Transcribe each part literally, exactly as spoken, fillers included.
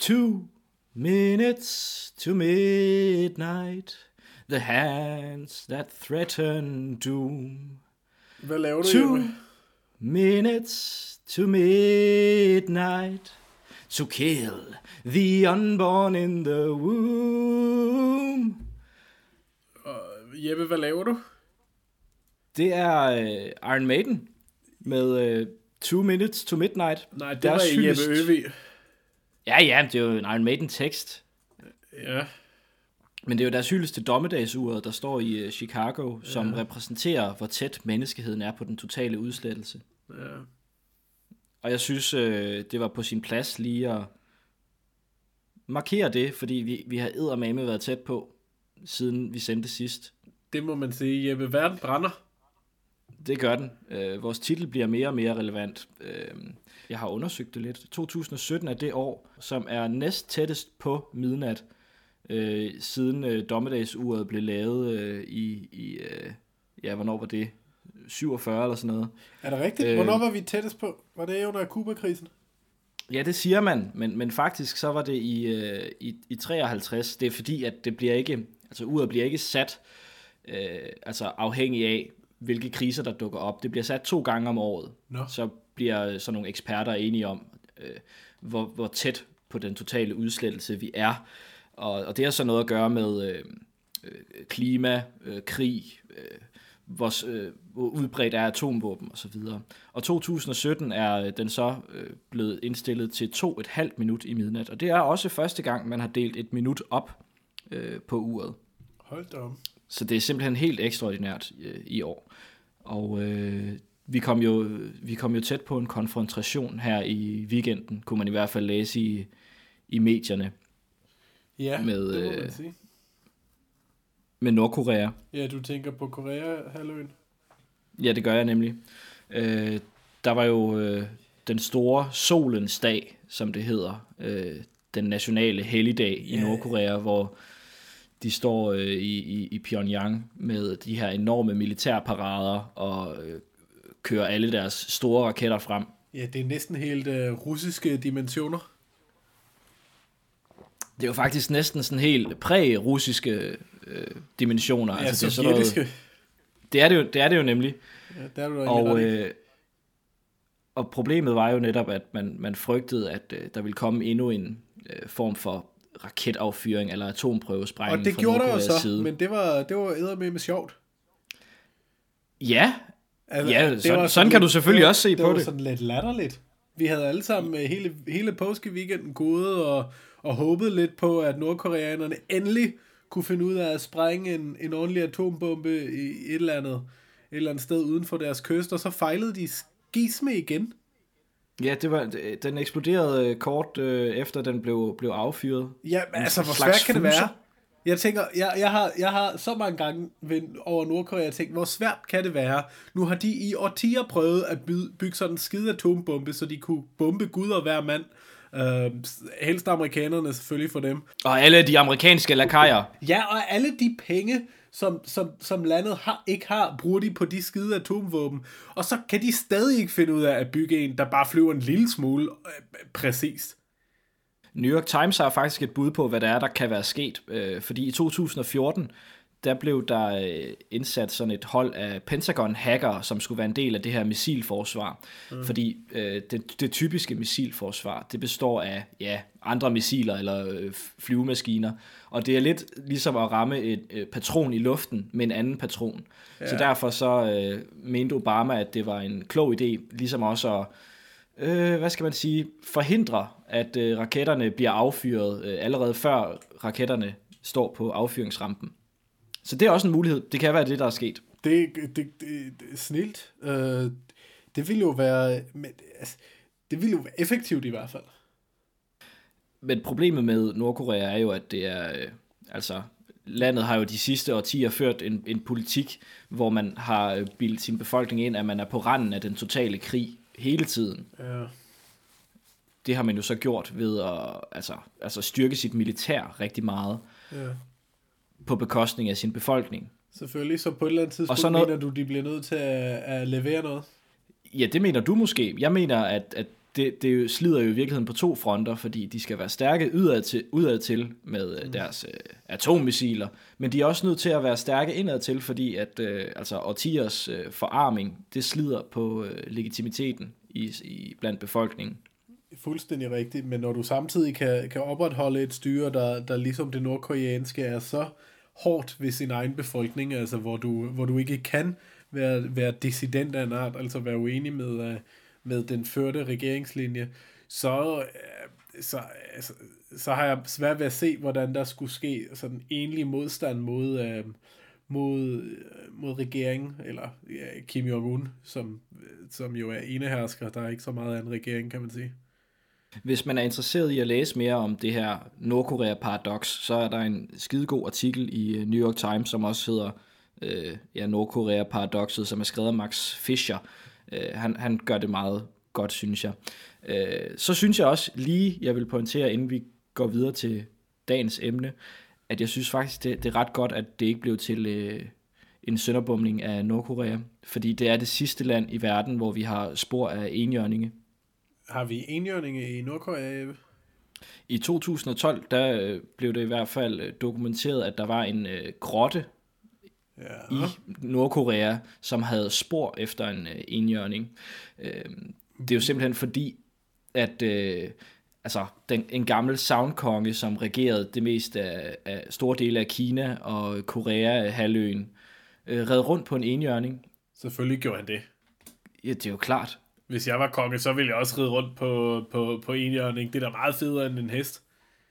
Two minutes to midnight. The hands that threaten doom. Hvad laver du, Two Jeppe? minutes to midnight. To kill the unborn in the womb. Uh, Jeppe, hvad laver du? Det er uh, Iron Maiden med uh, Two minutes to midnight. Nej, det Deres var Jeppe hyldest. Øvig. Ja, ja, det er jo en Iron Maiden tekst. Ja. Men det er jo deres hyldest til dommedagsuret, der står i uh, Chicago, som ja. repræsenterer, hvor tæt menneskeheden er på den totale udslettelse. Ja. Og jeg synes, øh, det var på sin plads lige at markere det, fordi vi, vi har eddermame været tæt på, siden vi sendte sidst. Det må man sige. Jeppe, verden brænder. Det gør den. Øh, vores titel bliver mere og mere relevant. Øh, jeg har undersøgt det lidt. to tusind sytten er det år, som er næst tættest på midnat, øh, siden øh, dommedagsuret blev lavet øh, i, i øh, ja, hvornår var det? syvogfyrre eller sådan noget. Er det rigtigt? Hvornår var vi tættest på? Var det under Cuba-krisen? Ja, det siger man, men, men faktisk så var det i, øh, i, i treoghalvtreds. Det er fordi, at det bliver ikke, altså uret bliver ikke sat øh, altså afhængig af, hvilke kriser der dukker op. Det bliver sat to gange om året. Nå. Så bliver sådan nogle eksperter enige om, øh, hvor, hvor tæt på den totale udslettelse vi er. Og, og det har så noget at gøre med øh, klima, øh, krig, øh, hvor, øh, hvor udbredt er atomvåben og så videre. Og to tusind sytten er den så øh, blevet indstillet til to et halvt minut i midnat. Og det er også første gang, man har delt et minut op øh, på uret. Hold da om. Så det er simpelthen helt ekstraordinært øh, i år. Og øh, vi, kom jo, vi kom jo tæt på en konfrontation her i weekenden, kunne man i hvert fald læse i, i medierne. Ja, med, det må øh, man sige. Med Nordkorea. Ja, du tænker på Korea-halvøen. Ja, det gør jeg nemlig. Øh, der var jo øh, den store solens dag, som det hedder, øh, den nationale helligdag i Ja. Nordkorea, hvor de står øh, i, i, i Pyongyang med de her enorme militærparader og øh, kører alle deres store raketter frem. Ja, det er næsten helt øh, russiske dimensioner. Det er jo faktisk næsten sådan helt præ-russiske øh, dimensioner. Ja, altså, det, er sådan sovjetiske. noget, det, er det, jo, det er det jo nemlig. Ja, der er du da Og, egentlig ret i. øh, og problemet var jo netop, at man, man frygtede, at øh, der ville komme endnu en øh, form for raketaffyring eller atomprøvesprængning Og det fra gjorde der jo Nordkoreas så, side. men det var, det var eddermame sjovt. Ja, Altså, ja det sådan, var sådan kan lidt- du selvfølgelig det var, også se det på var det. sådan lidt latterligt. Vi havde alle sammen øh, hele, hele påskeweekenden gået og, og håbet lidt på, at nordkoreanerne endelig kunne finde ud af at sprænge en, en ordentlig atombombe i et eller andet, et eller andet sted uden for deres kyst, og så fejlede de skisme igen. Ja, det var, den eksploderede kort øh, efter den blev, blev affyret. Ja, men En altså, hvor slags svært kan det fuser. være? Jeg tænker, jeg, jeg, har, jeg har så mange gange ved, over Nordkorea tænkt, hvor svært kan det være? Nu har de i årtier prøvet at bygge, bygge sådan en skide atombombe, så de kunne bombe Gud og hver mand. Uh, helst amerikanerne selvfølgelig for dem. Og alle de amerikanske lakajer. Ja, og alle de penge, som, som, som landet har, ikke har, bruger de på de skide atomvåben. Og så kan de stadig ikke finde ud af at bygge en, der bare flyver en lille smule øh, præcist. New York Times har faktisk et bud på, hvad der er, der kan være sket. Øh, fordi i to tusind fjorten, der blev der øh, indsat sådan et hold af Pentagon-hackere, som skulle være en del af det her missilforsvar. Mm. Fordi øh, det, det typiske missilforsvar, det består af ja, andre missiler eller øh, flyvemaskiner. Og det er lidt ligesom at ramme et øh, patron i luften med en anden patron. Ja. Så derfor så øh, mente Obama, at det var en klog idé, ligesom også at Øh, hvad skal man sige, forhindre, at øh, raketterne bliver affyret øh, allerede før raketterne står på affyringsrampen. Så det er også en mulighed. Det kan være det, der er sket. Det, det, det, det er snilt. Uh, det ville jo være, men, altså, det ville jo være effektivt i hvert fald. Men problemet med Nordkorea er jo, at det er, øh, altså, landet har jo de sidste årtier ført en, en politik, hvor man har bildt sin befolkning ind, at man er på randen af den totale krig hele tiden. Ja. Det har man jo så gjort ved at altså, altså styrke sit militær rigtig meget, Ja. på bekostning af sin befolkning. Selvfølgelig, så på et eller andet tidspunkt noget... mener du, de bliver nødt til at, at levere noget? Ja, det mener du måske. Jeg mener, at, at det, det jo slider jo i virkeligheden på to fronter, fordi de skal være stærke udad til, udad til med mm. deres øh, atommissiler, men de er også nødt til at være stærke indad til, fordi at øh, altså årtiers øh, forarming, det slider på øh, legitimiteten i, i blandt befolkningen. Fuldstændig rigtigt, men når du samtidig kan, kan opretholde et styre, der, der ligesom det nordkoreanske er så hårdt ved sin egen befolkning, altså hvor du, hvor du ikke kan være, være dissident af en art, altså være uenig med, med den førte regeringslinje, så, så, så, så har jeg svært ved at se, hvordan der skulle ske sådan enlig modstand mod, mod, mod regeringen, eller ja, Kim Jong-un, som, som jo er enehersker. Der er ikke så meget af en regering, kan man sige. Hvis man er interesseret i at læse mere om det her Nordkorea-paradoks, så er der en skidegod artikel i New York Times, som også hedder øh, ja, Nordkorea-paradokset, som er skrevet af Max Fischer. Øh, han, han gør det meget godt, synes jeg. Øh, så synes jeg også lige, jeg vil pointere, inden vi går videre til dagens emne, at jeg synes faktisk, det, det er ret godt, at det ikke blev til øh, en sønderbomning af Nordkorea, fordi det er det sidste land i verden, hvor vi har spor af enhjørninge. Har vi enhjørninge i Nordkorea? I to tusind og tolv, der øh, blev det i hvert fald dokumenteret, at der var en øh, grotte ja. i Nordkorea, som havde spor efter en øh, enhjørning. Øh, det er jo simpelthen fordi, at øh, altså, den, en gammel sagnkonge, som regerede det meste af, af store dele af Kina og Korea-halvøen, øh, red rundt på en enhjørning. Selvfølgelig gjorde han det. Ja, det er jo klart. Hvis jeg var konge, så ville jeg også ride rundt på, på, på enhjørning. Det er da meget federe end en hest.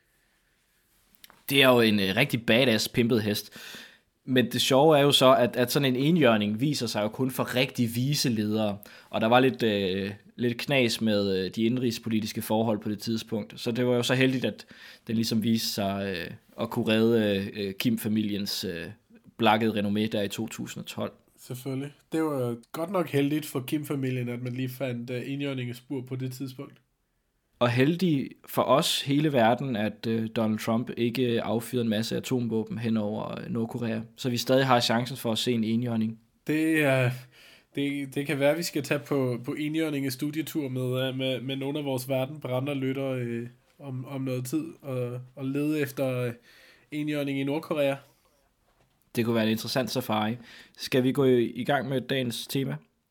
Det er jo en uh, rigtig badass pimpet hest. Men det sjove er jo så, at, at sådan en enhjørning viser sig jo kun for rigtig vise ledere. Og der var lidt, uh, lidt knas med uh, de indrigspolitiske forhold på det tidspunkt. Så det var jo så heldigt, at den ligesom viste sig uh, at kunne redde uh, Kim-familiens uh, blakkede renommé der i to tusind og tolv. Selvfølgelig. Det var godt nok heldigt for Kim-familien, at man lige fandt uh, enhjørningespor på det tidspunkt. Og heldig for os hele verden, at uh, Donald Trump ikke affyrede en masse atomvåben hen over uh, Nordkorea. Så vi stadig har chancen for at se en enhjørning. Det, uh, det, det kan være, at vi skal tage på, på enhjørninge studietur med, uh, med, med nogle af vores verdenbrændere lytter uh, om, om noget tid og, og lede efter uh, enhjørning i Nordkorea. Det kunne være en interessant safari. Skal vi gå i gang med dagens tema?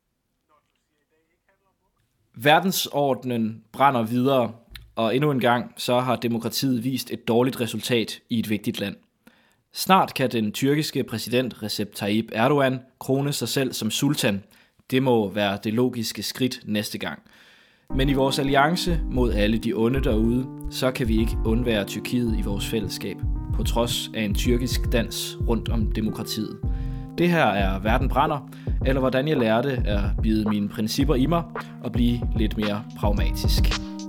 Verdensordenen brænder videre, og endnu en gang så har demokratiet vist et dårligt resultat i et vigtigt land. Snart kan den tyrkiske præsident Recep Tayyip Erdogan krone sig selv som sultan. Det må være det logiske skridt næste gang. Men i vores alliance mod alle de onde derude, så kan vi ikke undvære Tyrkiet i vores fællesskab, på trods af en tyrkisk dans rundt om demokratiet. Det her er Verden brænder, eller hvordan jeg lærte at bide mine principper i mig og blive lidt mere pragmatisk.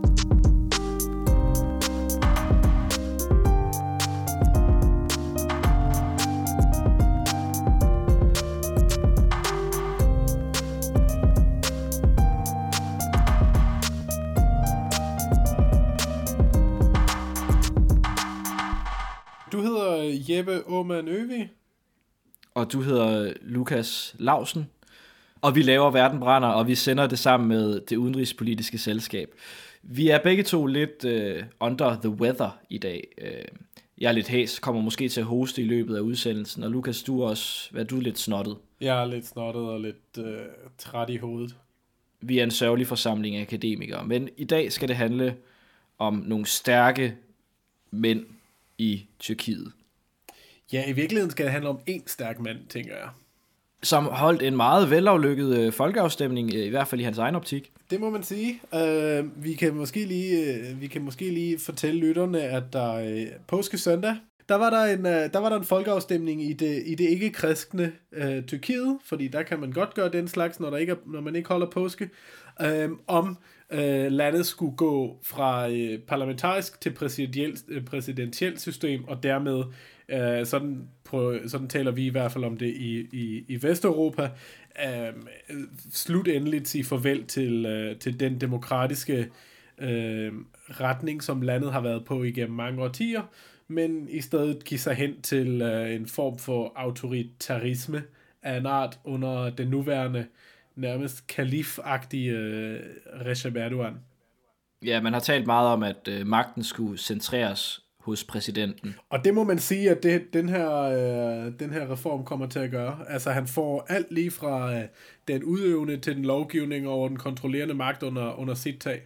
Du hedder Jeppe Aumann Øvig. Og du hedder Lukas Lausen. Og vi laver Verden brænder, og vi sender det sammen med det udenrigspolitiske selskab. Vi er begge to lidt uh, under the weather i dag. Uh, jeg er lidt hæs, kommer måske til at hoste i løbet af udsendelsen. Og Lukas, du er også, hvad er du lidt snottet? Jeg er lidt snottet og lidt uh, træt i hovedet. Vi er en sørgelig forsamling af akademikere. Men i dag skal det handle om nogle stærke mænd i Tyrkiet. Ja, i virkeligheden skal det handle om en stærk mand, tænker jeg. Som holdt en meget velaflykket øh, folkeafstemning, øh, i hvert fald i hans egen optik. Det må man sige. Uh, vi, kan måske lige, uh, vi kan måske lige fortælle lytterne, at der uh, påskesøndag, der var der en, uh, der var der en folkeafstemning i det, i det ikke-kristne uh, Tyrkiet, fordi der kan man godt gøre den slags, når, der ikke er, når man ikke holder påske, uh, om uh, landet skulle gå fra uh, parlamentarisk til præsidentielt, uh, præsidentielt system, og dermed Uh, sådan, prøv, sådan taler vi i hvert fald om det i, i, i Vesteuropa. Uh, slut endeligt sige farvel til, uh, til den demokratiske uh, retning, som landet har været på igennem mange årtier, men i stedet give sig hen til uh, en form for autoritarisme af en art under den nuværende nærmest kalif-agtige uh, Recep Erdogan. Ja, man har talt meget om, at øh, magten skulle centreres hos præsidenten. Og det må man sige, at det, den, her, øh, den her reform kommer til at gøre. Altså han får alt lige fra øh, den udøvende til den lovgivning over den kontrollerende magt under, under sit tag.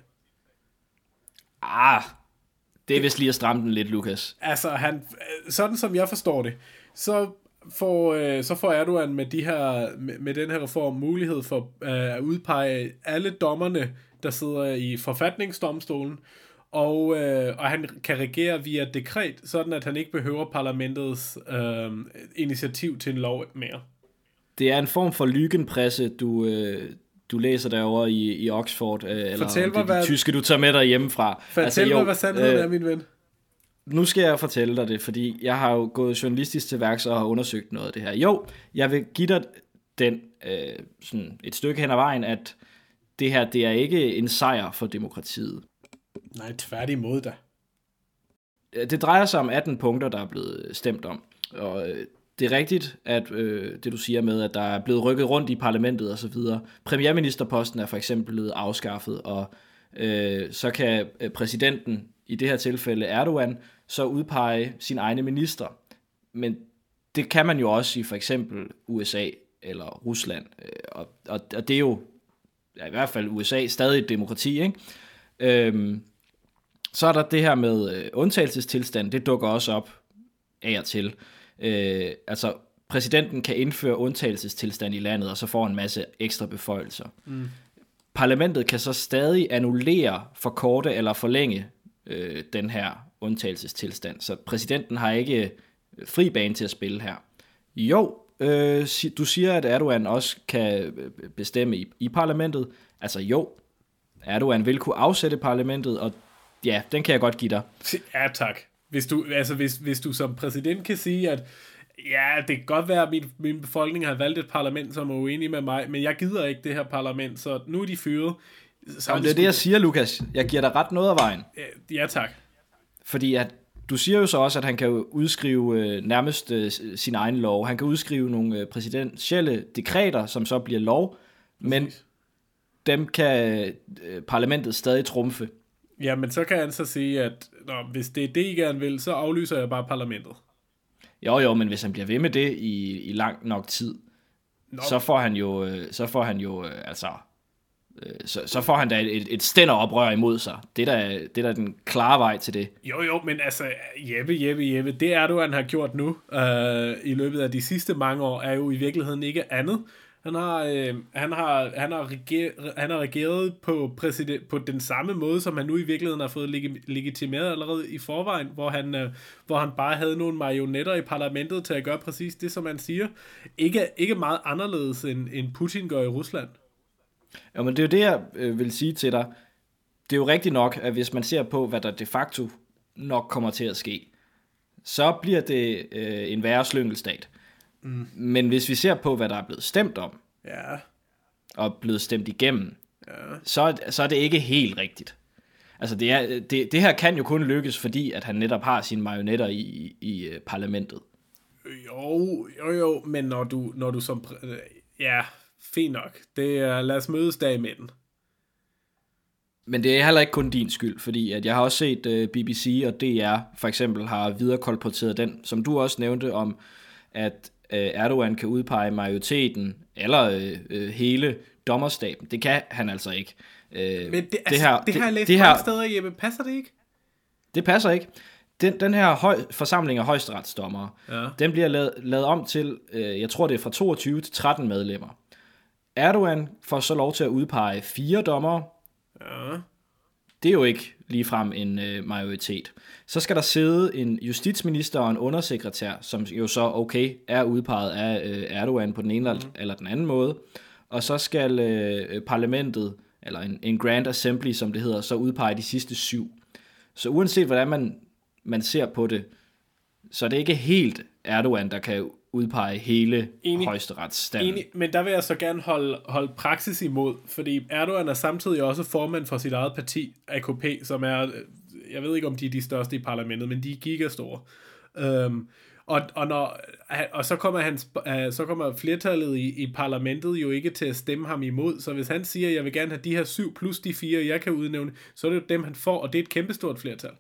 Ah, det er vist lige at stramme den lidt, Lukas. Altså han, sådan som jeg forstår det, så får, øh, så får Erdogan med, de her, med, med den her reform mulighed for øh, at udpege alle dommerne, der sidder i forfatningsdomstolen, og, øh, og han kan regere via dekret, sådan at han ikke behøver parlamentets øh, initiativ til en lov mere. Det er en form for lygenpresse, du, øh, du læser derovre i, i Oxford, øh, eller Fortæl om det er mig, de hvad... tyske, du tager med dig hjemmefra. Fortæl altså, mig, hvad sandheden øh, er, min ven. Nu skal jeg fortælle dig det, fordi jeg har jo gået journalistisk til værks og har undersøgt noget af det her. Jo, jeg vil give dig den, øh, sådan et stykke hen ad vejen, at det her, det er ikke en sejr for demokratiet. Nej, tværtimod da. Det drejer sig om atten punkter, der er blevet stemt om. Og det er rigtigt, at øh, det du siger med, at der er blevet rykket rundt i parlamentet og så videre. Premierministerposten er for eksempel blevet afskaffet, og øh, så kan præsidenten, i det her tilfælde Erdogan, så udpege sine egne ministre. Men det kan man jo også i for eksempel U S A eller Rusland. Og, og, og det er jo, ja, i hvert fald U S A, stadig et demokrati, ikke? Øhm, så er der det her med øh, undtagelsestilstand, det dukker også op af og til. Øh, altså, præsidenten kan indføre undtagelsestilstand i landet, og så får en masse ekstra beføjelser. Mm. Parlamentet kan så stadig annullere, forkorte eller forlænge øh, den her undtagelsestilstand. Så præsidenten har ikke fri bane til at spille her. Jo, øh, du siger, at Erdogan også kan bestemme i, i parlamentet. Altså jo, Erdogan vil kunne afsætte parlamentet, og ja, den kan jeg godt give dig. Ja, tak. Hvis du, altså, hvis, hvis du som præsident kan sige, at ja, det kan godt være, at min, min befolkning har valgt et parlament, som er uenige med mig, men jeg gider ikke det her parlament, så nu er de fyret. Så Jamen, det er det, jeg siger, Lukas. Jeg giver dig ret noget af vejen. Ja, tak. Fordi at du siger jo så også, at han kan udskrive øh, nærmest øh, sin egen lov. Han kan udskrive nogle øh, præsidentielle dekreter, som så bliver lov, Præcis. Men dem kan øh, parlamentet stadig trumfe. Ja, men så kan han så sige, at nå, hvis det er det, I gerne vil, så aflyser jeg bare parlamentet. Jo, jo, men hvis han bliver ved med det i, i lang nok tid, nå. så får han jo, øh, så får han jo, øh, altså, øh, så, så får han da et, et stænderoprør imod sig. Det er da, det er da den klare vej til det. Jo, jo, men altså, Jeppe, Jeppe, Jeppe, det er du, han har gjort nu, øh, i løbet af de sidste mange år, er jo i virkeligheden ikke andet. Han har, øh, han har, han har, reger, han har regeret på, præsident, på den samme måde, som han nu i virkeligheden har fået leg- legitimeret allerede i forvejen, hvor han, øh, hvor han bare havde nogle marionetter i parlamentet til at gøre præcis det, som han siger. Ikke, ikke meget anderledes, end, end Putin gør i Rusland. Ja, men det er jo det, jeg øh, vil sige til dig. Det er jo rigtigt nok, at hvis man ser på, hvad der de facto nok kommer til at ske, så bliver det øh, en værre slyngelstat. Mm. Men hvis vi ser på, hvad der er blevet stemt om, ja. og blevet stemt igennem, ja. så, så er det ikke helt rigtigt. Altså det, er, det, det her kan jo kun lykkes, fordi at han netop har sine marionetter i, i, i parlamentet. Jo, jo, jo, men når du, når du som... Ja, fint nok. Det er, lad os mødes dag i midten. Men det er heller ikke kun din skyld, fordi at jeg har også set uh, B B C og D R for eksempel har viderekolporteret den, som du også nævnte om, at Erdogan kan udpege majoriteten eller øh, øh, hele dommerstaben. Det kan han altså ikke. Øh, Men det, altså, det, her, det har jeg læst det, det mange her, steder, Jeppe. Passer det ikke? Det passer ikke. Den, den her høj, forsamling af højesteretsdommere, ja. Den bliver lavet, lavet om til, øh, jeg tror det er fra toogtyve til tretten medlemmer. Erdogan får så lov til at udpege fire dommere. Ja. Det er jo ikke ligefrem en øh, majoritet. Så skal der sidde en justitsminister og en undersekretær, som jo så okay er udpeget af øh, Erdogan på den ene mm. eller den anden måde. Og så skal øh, parlamentet, eller en, en Grand Assembly, som det hedder, så udpege de sidste syv. Så uanset hvordan man, man ser på det, så er det ikke helt Erdogan, der kan udpege hele højesteretsstanden. Enig, men der vil jeg så gerne holde, holde praksis imod, fordi Erdogan er samtidig også formand for sit eget parti, A K P, som er, jeg ved ikke om de er de største i parlamentet, men de er gigastore. Um, Og, og, når, og så, kommer hans, så kommer flertallet i, i parlamentet jo ikke til at stemme ham imod, så hvis han siger, at jeg vil gerne have de her syv plus de fire, jeg kan udnævne, så er det jo dem, han får, og det er et kæmpestort flertal.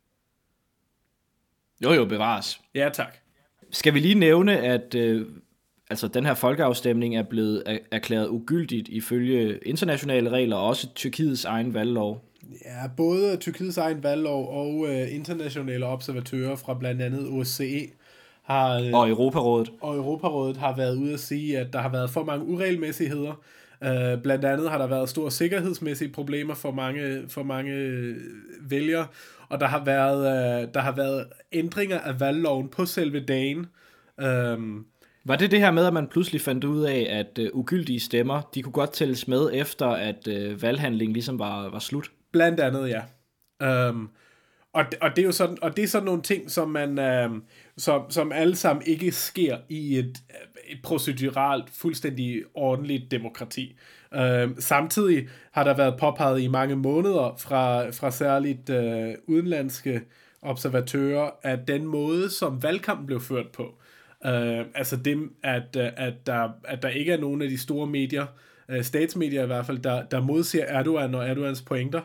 Jo jo, bevares. Ja, tak. Skal vi lige nævne, at øh, altså, den her folkeafstemning er blevet er, erklæret ugyldigt ifølge internationale regler, og også Tyrkiets egen valglov? Ja, både Tyrkiets egen valglov og øh, internationale observatører fra blandt andet O S C E har, øh, og Europarådet. Og Europarådet har været ude at sige, at der har været for mange uregelmæssigheder. Øh, blandt andet har der været store sikkerhedsmæssige problemer for mange, for mange vælgere, og der har været, øh, der har været ændringer af valgloven på selve dagen. Øh, Var det det her med, at man pludselig fandt ud af, at uh, ugyldige stemmer, de kunne godt tælles med efter, at uh, valghandlingen ligesom var, var slut? Blandt andet, ja. Um, og, og, det er jo sådan, og det er sådan nogle ting, som, man, um, som, som alle sammen ikke sker i et, et proceduralt, fuldstændig ordentligt demokrati. Um, samtidig har der været påpeget i mange måneder fra, fra særligt uh, udenlandske observatører, at den måde, som valgkampen blev ført på, uh, altså det, at, at, der, at der ikke er nogen af de store medier, uh, statsmedier i hvert fald, der, der modsiger Erdogan og Erdogans pointer.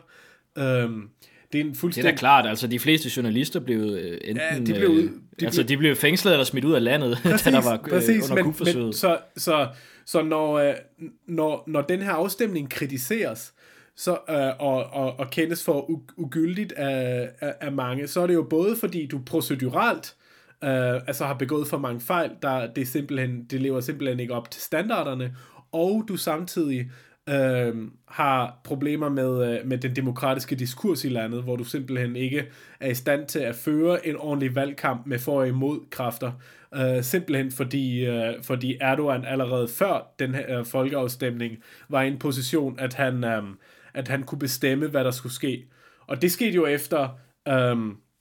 Um, det er en fuldstændig... Det er da klart, altså de fleste journalister blev øh, enten... Ja, de blev, ud, de altså blev... de blev fængslet eller smidt ud af landet, præcis, da der var præcis, under men, kupforsøget. Men, så så, så når, øh, når, når den her afstemning kritiseres, så, øh, og, og, og kendes for u- ugyldigt af, af, af mange, så er det jo både fordi du proceduralt øh, altså har begået for mange fejl, der det, simpelthen, det lever simpelthen ikke op til standarderne, og du samtidig øh, har problemer med, øh, med den demokratiske diskurs i landet, hvor du simpelthen ikke er i stand til at føre en ordentlig valgkamp med for og imod kræfter. Øh, simpelthen fordi, øh, fordi Erdogan allerede før den her øh, folkeafstemning var i en position, at han, øh, at han kunne bestemme, hvad der skulle ske. Og det skete jo efter... Øh,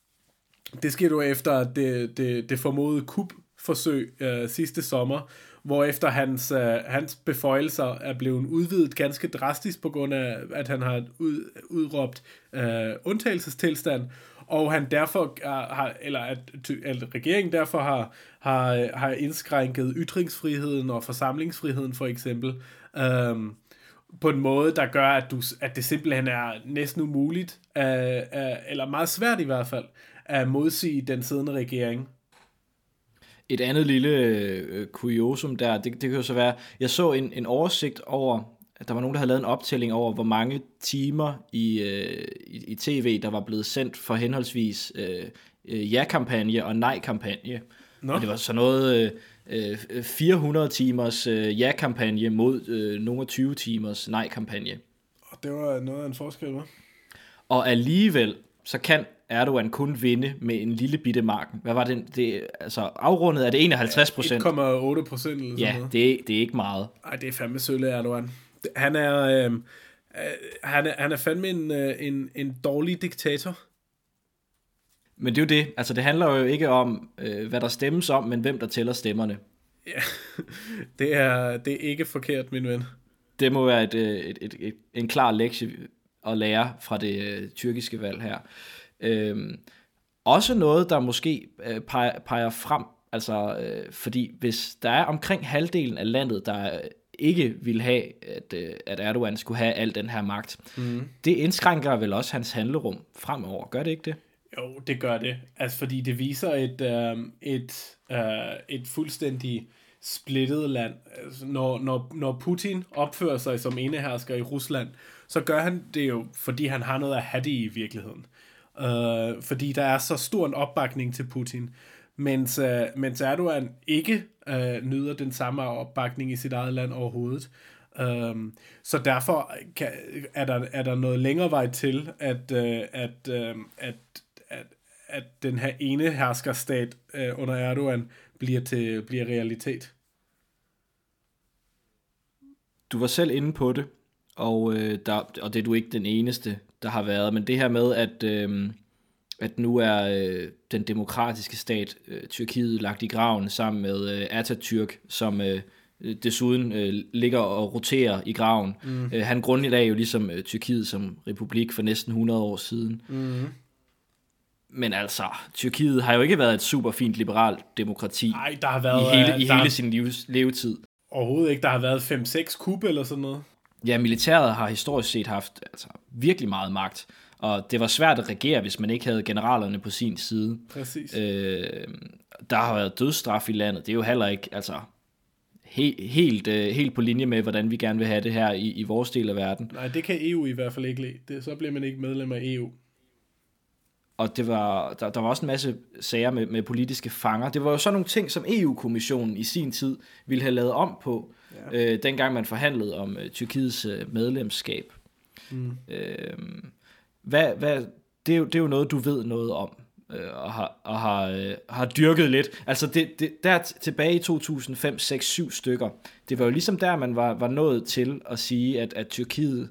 det skete jo efter det, det, det formodede kupforsøg øh, sidste sommer, hvor efter hans, øh, hans beføjelser er blevet udvidet ganske drastisk på grund af, at han har ud, udråbt øh, undtagelsestilstand, og han derfor har, eller at, at regeringen derfor har, har, har indskrænket ytringsfriheden og forsamlingsfriheden for eksempel, øh, på en måde, der gør, at, du, at det simpelthen er næsten umuligt, øh, øh, eller meget svært i hvert fald, at modsige den siddende regering. Et andet lille øh, kuriosum der, det, det kan jo så være, jeg så en, en oversigt over, at der var nogen, der havde lavet en optælling over, hvor mange timer i, øh, i, i tv, der var blevet sendt for henholdsvis øh, øh, ja-kampagne og nej-kampagne. Nå. Og det var så noget øh, fire hundrede timers øh, ja-kampagne mod øh, nogle tyve timers nej-kampagne. Og det var noget af en forskel, hva'? Og alligevel, så kan Erdogan kun vinde med en lille bitte marken. Hvad var det? det altså afrundet er det enoghalvtreds procent. en komma otte procent eller sådan ja, noget. det, det er ikke meget. Ej, det er fandme sølle Erdogan. Han er, øh, han er, han er fandme en, øh, en, en dårlig diktator. Men det er jo det. Altså det handler jo ikke om, øh, hvad der stemmes om, men hvem der tæller stemmerne. Ja, det er, det er ikke forkert, min ven. Det må være et, et, et, et, en klar lektie at lære fra det øh, tyrkiske valg her. Øhm, også noget, der måske øh, peger, peger frem, altså øh, fordi hvis der er omkring halvdelen af landet, der ikke vil have, at, øh, at Erdogan skulle have al den her magt, mm. det indskrænker vel også hans handlerum fremover, gør det ikke det? Jo, det gør det, altså fordi det viser et, øh, et, øh, et fuldstændig splittet land. Altså, når, når, når Putin opfører sig som enehersker i Rusland, så gør han det jo, fordi han har noget at have det i virkeligheden. Uh, fordi der er så stor en opbakning til Putin, mens, uh, mens Erdogan ikke uh, nyder den samme opbakning i sit eget land overhovedet. Um, så derfor kan, er, der, er der noget længere vej til, at, uh, at, uh, at, at, at den her ene herskerstat uh, under Erdogan bliver, til, bliver realitet. Du var selv inde på det, og, øh, der, og det er du ikke den eneste, der har været, men det her med, at, øh, at nu er øh, den demokratiske stat, øh, Tyrkiet, lagt i graven sammen med øh, Atatürk, som øh, desuden øh, ligger og roterer i graven. Mm. Øh, han grundlagde jo ligesom øh, Tyrkiet som republik for næsten hundrede år siden. Mm. Men altså, Tyrkiet har jo ikke været et super fint liberalt demokrati. Nej, der har været, i hele, i der, hele sin livs, levetid. Overhovedet ikke. Der har været fem seks kup eller sådan noget. Ja, militæret har historisk set haft altså, virkelig meget magt, og det var svært at regere, hvis man ikke havde generalerne på sin side. Præcis. Øh, der har været dødsstraf i landet. Det er jo heller ikke altså, he, helt, øh, helt på linje med, hvordan vi gerne vil have det her i, i vores del af verden. Nej, det kan E U i hvert fald ikke lide. Det, så bliver man ikke medlem af E U. Og det var, der, der var også en masse sager med, med politiske fanger. Det var jo sådan nogle ting, som E U-kommissionen i sin tid ville have lavet om på, ja. øh, dengang man forhandlede om øh, Tyrkiets øh, medlemskab. Mm. Øh, hvad, hvad, det, er jo, det er jo noget, du ved noget om, øh, og, har, og har, øh, har dyrket lidt. Altså det, det, der tilbage i to tusind og fem, seks, syv stykker, det var jo ligesom der, man var, var nået til at sige, at, at Tyrkiet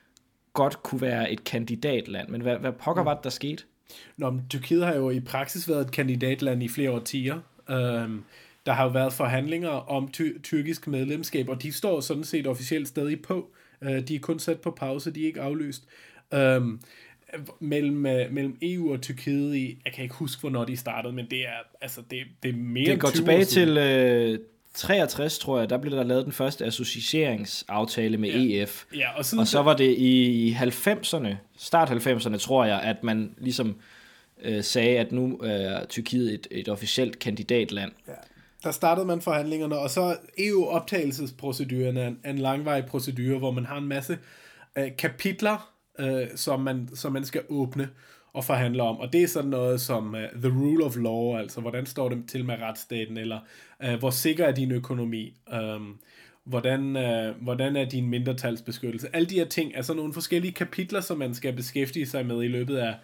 godt kunne være et kandidatland. Men hvad, hvad pokker mm. var det, der skete? Nå, men Tyrkiet har jo i praksis været et kandidatland i flere årtier. Øhm, der har jo været forhandlinger om ty- tyrkisk medlemskab, og de står sådan set officielt stadig på. Øh, de er kun sat på pause, de er ikke aflyst. Øhm, mellem, øh, mellem E U og Tyrkiet i, jeg kan ikke huske, hvornår de startede, men det er, altså, det, det er mere det går tilbage til øh, treogtres, tror jeg, der blev der lavet den første associeringsaftale med ja. E F. Ja, og, og så var det i halvfemserne, start halvfemserne, tror jeg, at man ligesom øh, sagde, at nu er Tyrkiet et, et officielt kandidatland. Ja. Der startede man forhandlingerne, og så E U-optagelsesproceduren er en, en langvarig procedure, hvor man har en masse øh, kapitler, øh, som, man, som man skal åbne og forhandle om. Og det er sådan noget som uh, the rule of law, altså hvordan står det til med retsstaten, eller uh, hvor sikker er din økonomi, um, hvordan, uh, hvordan er din mindretalsbeskyttelse. Alle de her ting er sådan nogle forskellige kapitler, som man skal beskæftige sig med i løbet af,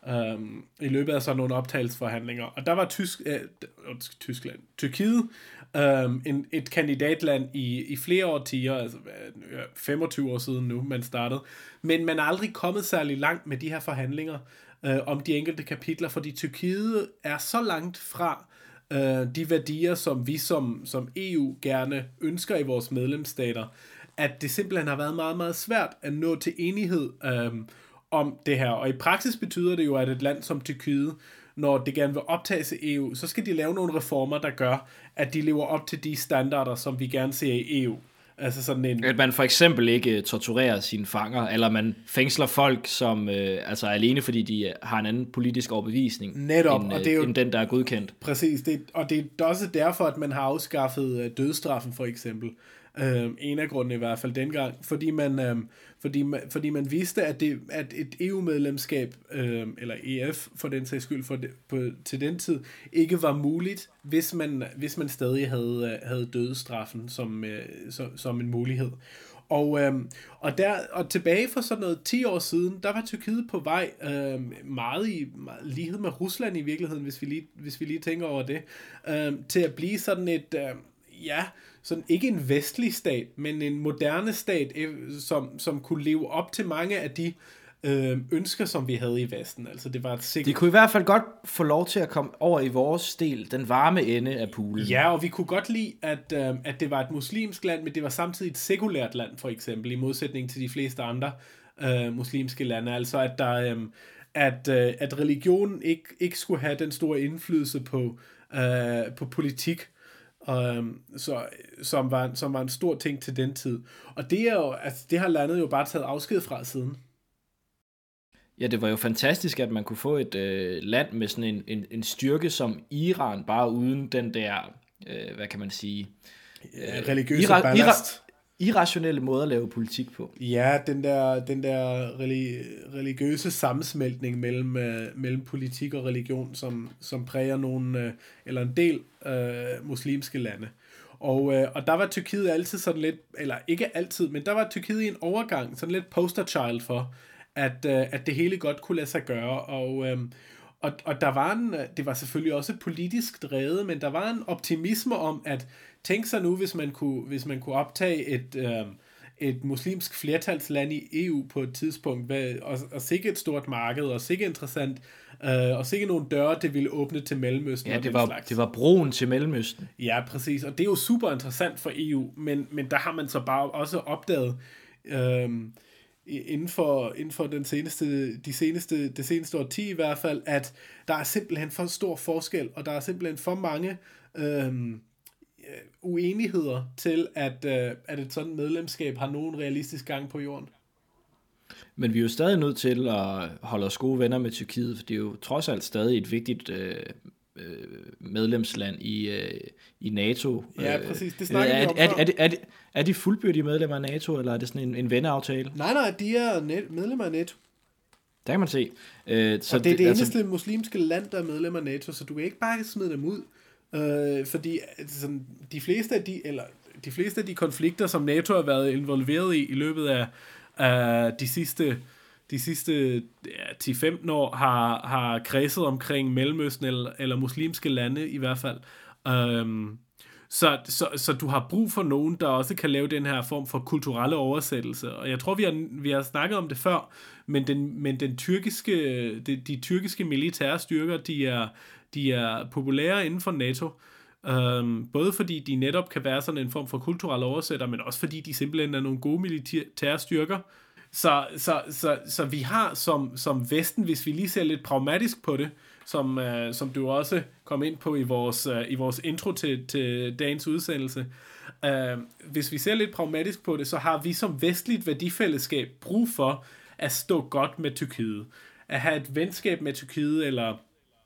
um, i løbet af sådan nogle optagelsesforhandlinger. Og der var Tysk, uh, Tyskland, Tyrkiet um, en, et kandidatland i, i flere årtier, altså uh, femogtyve år siden nu, man startede. Men man er aldrig kommet særlig langt med de her forhandlinger øh, om de enkelte kapitler, fordi Tyrkiet er så langt fra øh, de værdier, som vi som, som E U gerne ønsker i vores medlemsstater, at det simpelthen har været meget, meget svært at nå til enighed øh, om det her. Og i praksis betyder det jo, at et land som Tyrkiet, når det gerne vil optage til E U, så skal de lave nogle reformer, der gør, at de lever op til de standarder, som vi gerne ser i E U. Altså sådan en... At man for eksempel ikke torturerer sine fanger, eller man fængsler folk, som øh, altså alene fordi de har en anden politisk overbevisning, Netop, end, og det er jo... end den, der er godkendt. Præcis, det, og det er også derfor, at man har afskaffet dødsstraffen for eksempel. Øh, en af grundene i hvert fald dengang, fordi man, øh, fordi man, fordi man vidste, at, det, at et E U-medlemskab, øh, eller E F for den sags skyld, for det, på, til den tid, ikke var muligt, hvis man, hvis man stadig havde, havde dødsstraffen som, øh, som, som en mulighed. Og, øh, og, der, og tilbage for sådan noget ti år siden, der var Tyrkiet på vej øh, meget i meget, lighed med Rusland i virkeligheden, hvis vi lige, hvis vi lige tænker over det, øh, til at blive sådan et, øh, ja, sådan ikke en vestlig stat, men en moderne stat, som, som kunne leve op til mange af de øh, ønsker, som vi havde i Vesten. Altså det var et sikkert... De kunne i hvert fald godt få lov til at komme over i vores del, den varme ende af poolen. Ja, og vi kunne godt lide, at, øh, at det var et muslimsk land, men det var samtidig et sekulært land, for eksempel, i modsætning til de fleste andre øh, muslimske lande. Altså at der... Øh, at, øh, at religionen ikke, ikke skulle have den store indflydelse på, øh, på politik, Um, så, som, var, som var en stor ting til den tid. Og det, er jo, altså, det har landet jo bare taget afsked fra siden. Ja, det var jo fantastisk, at man kunne få et øh, land med sådan en, en, en styrke som Iran, bare uden den der, øh, hvad kan man sige, øh, religiøse ira- ballast. Ira- irrationelle måde at lave politik på. Ja, den der, den der relig- religiøse sammensmeltning mellem, øh, mellem politik og religion, som, som præger nogle, øh, eller en del øh, muslimske lande. Og, øh, og der var Tyrkiet altid sådan lidt, eller ikke altid, men der var Tyrkiet i en overgang, sådan lidt poster child for, at, øh, at det hele godt kunne lade sig gøre. Og, øh, og, og der var en, det var selvfølgelig også politisk drevet, men der var en optimisme om, at tænk sig nu, hvis man kunne, hvis man kunne optage et, øh, et muslimsk flertalsland i E U på et tidspunkt, hvad, og, og sikkert et stort marked, og sikkert interessant, øh, og sikkert nogle døre, det ville åbne til Mellemøsten. Ja, det var, det var broen til Mellemøsten. Ja, præcis, og det er jo super interessant for E U, men, men der har man så bare også opdaget, øh, inden for, inden for den seneste, de seneste, det seneste årti i hvert fald, at der er simpelthen for stor forskel, og der er simpelthen for mange øhm, uenigheder til, at, øh, at et sådan medlemskab har nogen realistisk gang på jorden. Men vi er jo stadig nødt til at holde os gode venner med Tyrkiet, for det er jo trods alt stadig et vigtigt øh, medlemsland i, øh, i NATO. Ja, præcis. Det snakker er, vi om er, er, er, er, er de fuldbyrdige medlemmer af NATO, eller er det sådan en, en venneaftale? Nej, nej, de er net, medlemmer af NATO. Der kan man se. Øh, så og det er det altså, eneste muslimske land, der er medlem af NATO, så du kan ikke bare smide dem ud. Øh, fordi sådan, de fleste af de, eller de fleste af de konflikter, som NATO har været involveret i i løbet af, af de sidste de sidste ja, ti til femten år har, har kredset omkring Mellemøsten eller, eller muslimske lande i hvert fald. Um, så, så, så du har brug for nogen, der også kan lave den her form for kulturelle oversættelse. Og jeg tror, vi har, vi har snakket om det før, men den, men den tyrkiske, de, de tyrkiske militære styrker, de er, de er populære inden for NATO. Um, både fordi de netop kan være sådan en form for kulturel oversætter, men også fordi de simpelthen er nogle gode militære styrker. Så, så, så, så vi har som, som Vesten, hvis vi lige ser lidt pragmatisk på det, som, uh, som du også kom ind på i vores, uh, i vores intro til, til dagens udsendelse, uh, hvis vi ser lidt pragmatisk på det, så har vi som vestligt værdifællesskab brug for at stå godt med Tyrkiet. At have et venskab med Tyrkiet, eller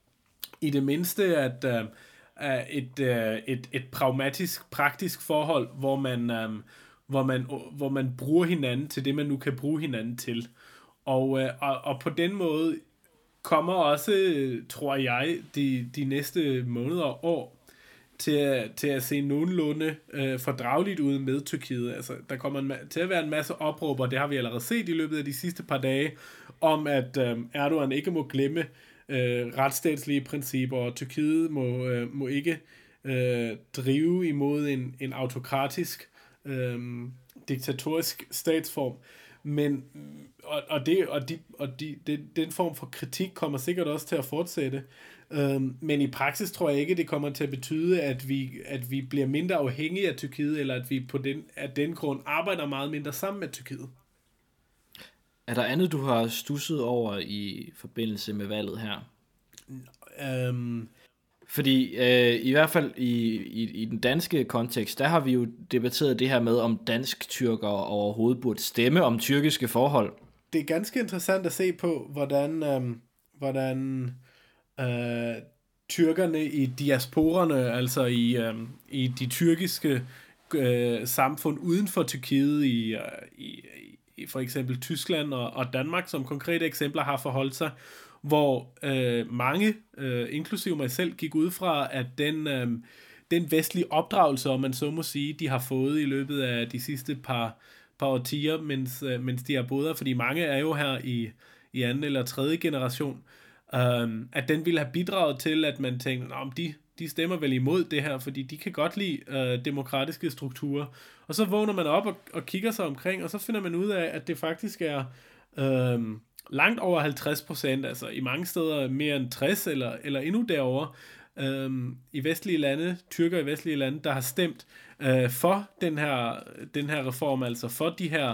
i det mindste at uh, et, uh, et, et pragmatisk, praktisk forhold, hvor man... Um, Hvor man, hvor man bruger hinanden til det, man nu kan bruge hinanden til. Og, øh, og, og på den måde kommer også, tror jeg, de, de næste måneder og år til at, til at se nogenlunde øh, fordrageligt ud med Tyrkiet. Altså, der kommer en, til at være en masse opråb, og det har vi allerede set i løbet af de sidste par dage, om at øh, Erdogan ikke må glemme øh, retsstatslige principper, og Tyrkiet må, øh, må ikke øh, drive imod en, en autokratisk Øhm, diktatorisk statsform, men og, og, det, og, de, og de, det, den form for kritik kommer sikkert også til at fortsætte, øhm, men i praksis tror jeg ikke, det kommer til at betyde, at vi, at vi bliver mindre afhængige af Tyrkiet, eller at vi på den, af den grund arbejder meget mindre sammen med Tyrkiet. Er der andet, du har stusset over i forbindelse med valget her? Øhm, Fordi øh, i hvert fald i, i, i den danske kontekst, der har vi jo debatteret det her med, om dansk-tyrker overhovedet burde stemme om tyrkiske forhold. Det er ganske interessant at se på, hvordan, øh, hvordan øh, tyrkerne i diasporerne, altså i, øh, i de tyrkiske øh, samfund uden for Tyrkiet, i, øh, i, i for eksempel Tyskland og, og Danmark, som konkrete eksempler har forholdt sig, hvor øh, mange, øh, inklusive mig selv, gik ud fra, at den, øh, den vestlige opdragelse, om man så må sige, de har fået i løbet af de sidste par, par årtier, mens, øh, mens de har boet her, fordi mange er jo her i, i anden eller tredje generation, øh, at den ville have bidraget til, at man tænkte, om de, de stemmer vel imod det her, fordi de kan godt lide øh, demokratiske strukturer. Og så vågner man op og, og kigger sig omkring, og så finder man ud af, at det faktisk er... Øh, langt over halvtreds procent, altså i mange steder mere end tres eller, eller endnu derovre, øhm, i vestlige lande, tyrker i vestlige lande, der har stemt øh, for den her, den her reform, altså for de her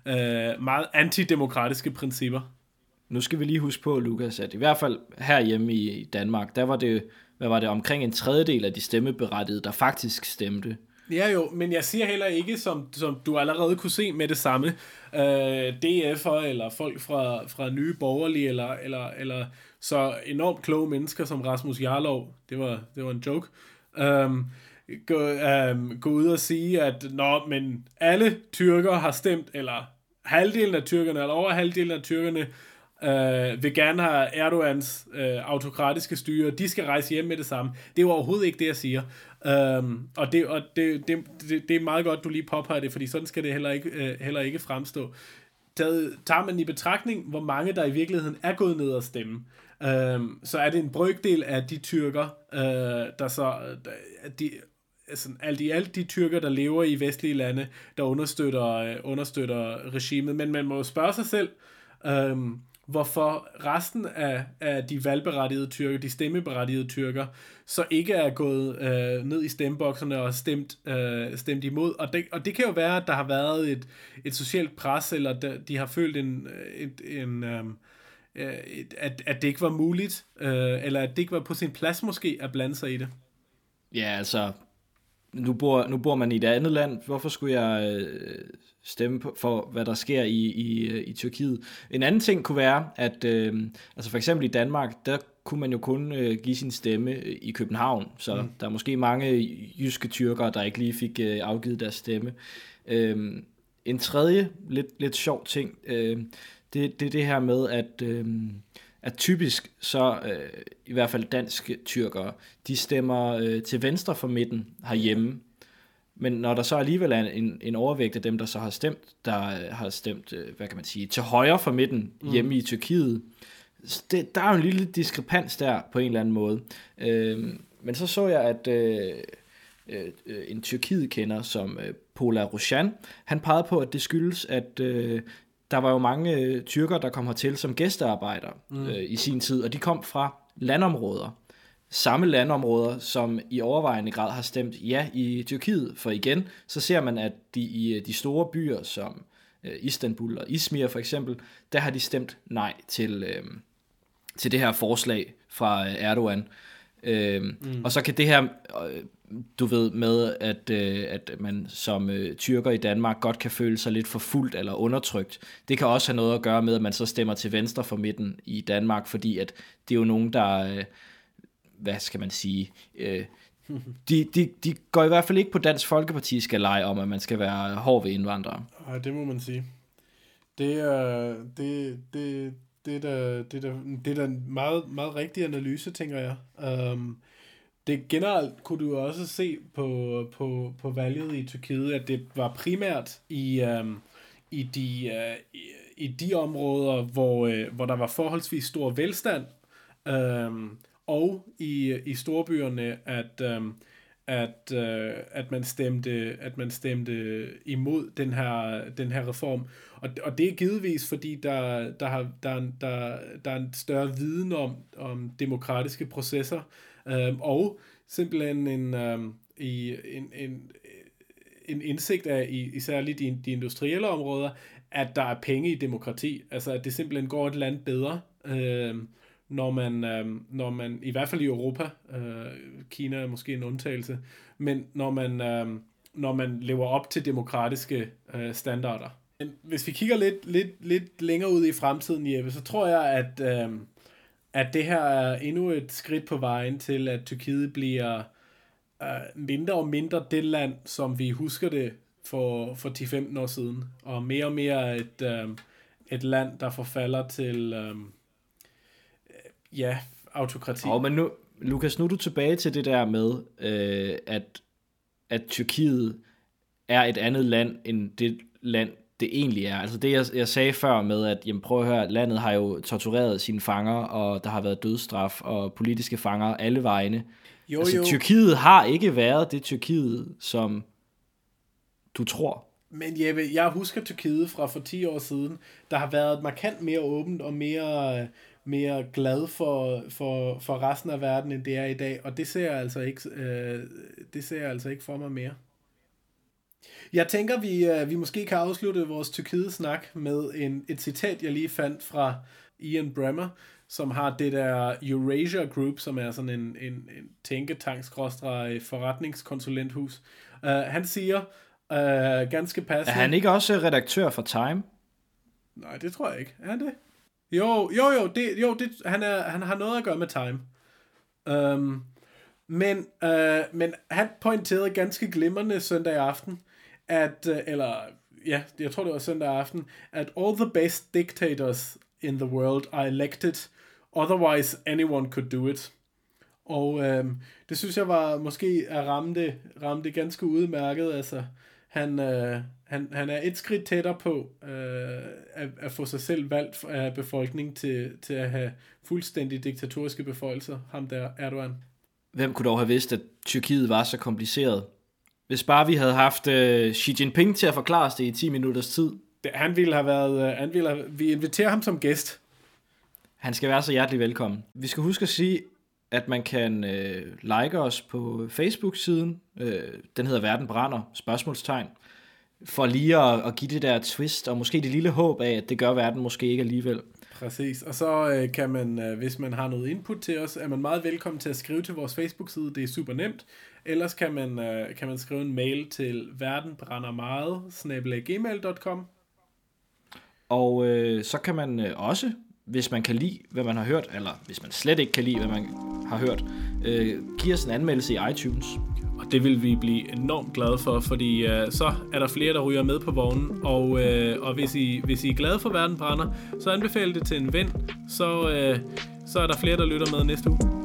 øh, meget antidemokratiske principper. Nu skal vi lige huske på, Lukas, at i hvert fald herhjemme i Danmark, der var det, hvad var det, omkring en tredjedel af de stemmeberettigede, der faktisk stemte. Ja jo, men jeg siger heller ikke, som, som du allerede kunne se med det samme, øh, D F'er eller folk fra, fra Nye Borgerlige, eller, eller, eller så enormt kloge mennesker som Rasmus Jarlov, det var, det var en joke, um, gå, um, gå ud og sige, at nå, men alle tyrker har stemt, eller halvdelen af tyrkerne, eller over halvdelen af tyrkerne, Uh, vil gerne have Erdogans uh, autokratiske styre, de skal rejse hjem med det samme. Det er jo overhovedet ikke det, jeg siger. Um, og det, og det, det, det, det er meget godt, du lige påpeger det, fordi sådan skal det heller ikke, uh, heller ikke fremstå. Taget, tager man i betragtning, hvor mange der i virkeligheden er gået ned og stemme, um, så er det en brøkdel af de tyrker, uh, der så... Der, de, altså, alt i alt de tyrker, der lever i vestlige lande, der understøtter, uh, understøtter regimet. Men man må jo spørge sig selv, um, hvorfor resten af, af de valgberettigede tyrker, de stemmeberettigede tyrker, så ikke er gået øh, ned i stemmebokserne og stemt, øh, stemt imod. Og det, og det kan jo være, at der har været et, et socialt pres, eller de, de har følt en, et, en, øh, et, at, at det ikke var muligt, øh, eller at det ikke var på sin plads måske at blande sig i det. Ja, altså, nu bor, nu bor man i et andet land. Hvorfor skulle jeg øh, stemme på, for, hvad der sker i, i, i Tyrkiet? En anden ting kunne være, at øh, altså for eksempel i Danmark, der kunne man jo kun øh, give sin stemme i København, så mm. der er måske mange jyske tyrkere, der ikke lige fik øh, afgivet deres stemme. Øh, en tredje lidt, lidt sjov ting, øh, det, det er det her med, at... Øh, at typisk så, øh, i hvert fald danske tyrkere, de stemmer øh, til venstre for midten herhjemme. Men når der så alligevel er en, en overvægt af dem, der så har stemt, der øh, har stemt, øh, hvad kan man sige, til højre for midten hjemme mm. i Tyrkiet, det, der er jo en lille diskrepans der på en eller anden måde. Øh, men så så jeg, at øh, øh, en Tyrkiet-kender som øh, Pola Roshan, han pegede på, at det skyldes, at øh, der var jo mange øh, tyrker, der kom hertil som gæstearbejdere mm. øh, i sin tid, og de kom fra landområder. Samme landområder, som i overvejende grad har stemt ja i Tyrkiet. For igen, så ser man, at de i de store byer, som øh, Istanbul og Izmir for eksempel, der har de stemt nej til, øh, til det her forslag fra øh, Erdogan. Øh, mm. Og så kan det her... Øh, du ved, med at, øh, at man som øh, tyrker i Danmark godt kan føle sig lidt forfulgt eller undertrykt. Det kan også have noget at gøre med, at man så stemmer til venstre for midten i Danmark, fordi at det er jo nogen, der, øh, hvad skal man sige, øh, de, de, de går i hvert fald ikke på Dansk Folkeparti skal lege om, at man skal være hård ved indvandrere. Ej, det må man sige. Det er, det, det, det er da, det er da, det er da en meget, meget rigtig analyse, tænker jeg. Um, Det generelt kunne du også se på, på, på valget i Tyrkiet, at det var primært i, øhm, i, de, øh, i, i de områder, hvor, øh, hvor der var forholdsvis stor velstand, øhm, og i, i storbyerne, at, øhm, at, øh, at, man stemte, at man stemte imod den her, den her reform. Og, og det er givetvis, fordi der, der, har, der, der, der er en større viden om, om demokratiske processer, Um, og simpelthen en, um, i, en, en, en indsigt af, i, i særligt de, de industrielle områder, at der er penge i demokrati. Altså, at det simpelthen går et land bedre, um, når, man, um, når man, i hvert fald i Europa, uh, Kina er måske en undtagelse, men når man, um, når man lever op til demokratiske uh, standarder. Men hvis vi kigger lidt, lidt, lidt længere ud i fremtiden, Jeppe, så tror jeg, at... Um, at det her er endnu et skridt på vejen til, at Tyrkiet bliver uh, mindre og mindre det land, som vi husker det for, for ti til femten år siden, og mere og mere et, um, et land, der forfalder til um, ja, autokrati. Oh, men nu, Lukas, nu er du tilbage til det der med, øh, at, at Tyrkiet er et andet land, end det land, det egentlig er. Altså det, jeg, jeg sagde før med, at jamen, prøv at høre, landet har jo tortureret sine fanger, og der har været dødsstraf og politiske fanger alle vegne. Jo, altså jo. Tyrkiet har ikke været det Tyrkiet, som du tror. Men Jeppe, jeg husker Tyrkiet fra for ti år siden, der har været markant mere åbent og mere, mere glad for, for, for resten af verden, end det er i dag, og det ser jeg altså ikke, øh, det ser jeg altså ikke for mig mere. Jeg tænker, vi, uh, vi måske kan afslutte vores Tyrkiet-snak med en, et citat, jeg lige fandt fra Ian Bremmer, som har det der Eurasia Group, som er sådan en, en, en tænketanks-forretningskonsulenthus. Uh, han siger uh, ganske passende... Er han ikke også redaktør for Time? Nej, det tror jeg ikke. Er han det? Jo, jo, jo, det, jo det, han, er, han har noget at gøre med Time. Um, men, uh, men han pointerede ganske glimrende søndag aften, at, eller ja, jeg tror det var søndag aften, at all the best dictators in the world are elected, otherwise anyone could do it. Og øhm, det synes jeg var måske at ramme det, ramme det ganske udmærket. Altså, han, øh, han, han er et skridt tættere på øh, at, at få sig selv valgt af befolkningen til, til at have fuldstændig diktatoriske beføjelser, ham der Erdogan. Hvem kunne dog have vidst, at Tyrkiet var så kompliceret? Hvis bare vi havde haft uh, Xi Jinping til at forklare os det i ti minutters tid. Det, han ville have været... Uh, han ville have, vi inviterer ham som gæst. Han skal være så hjertelig velkommen. Vi skal huske at sige, at man kan øh, like os på Facebook-siden. Øh, den hedder Verden brænder, spørgsmålstegn. For lige at, at give det der twist, og måske det lille håb af, at det gør verden måske ikke alligevel. Præcis, og så øh, kan man, øh, hvis man har noget input til os, er man meget velkommen til at skrive til vores Facebook-side, det er super nemt. Ellers kan man, øh, kan man skrive en mail til verdenbrændermeget snabel-a gmail punktum com. Og øh, så kan man øh, også, hvis man kan lide, hvad man har hørt, eller hvis man slet ikke kan lide, hvad man har hørt, øh, give os en anmeldelse i iTunes. Og det vil vi blive enormt glade for, fordi øh, så er der flere, der ryger med på vognen, og, øh, og hvis, I, hvis I er glade for Verden brænder, så anbefale det til en ven, så, øh, så er der flere, der lytter med næste uge.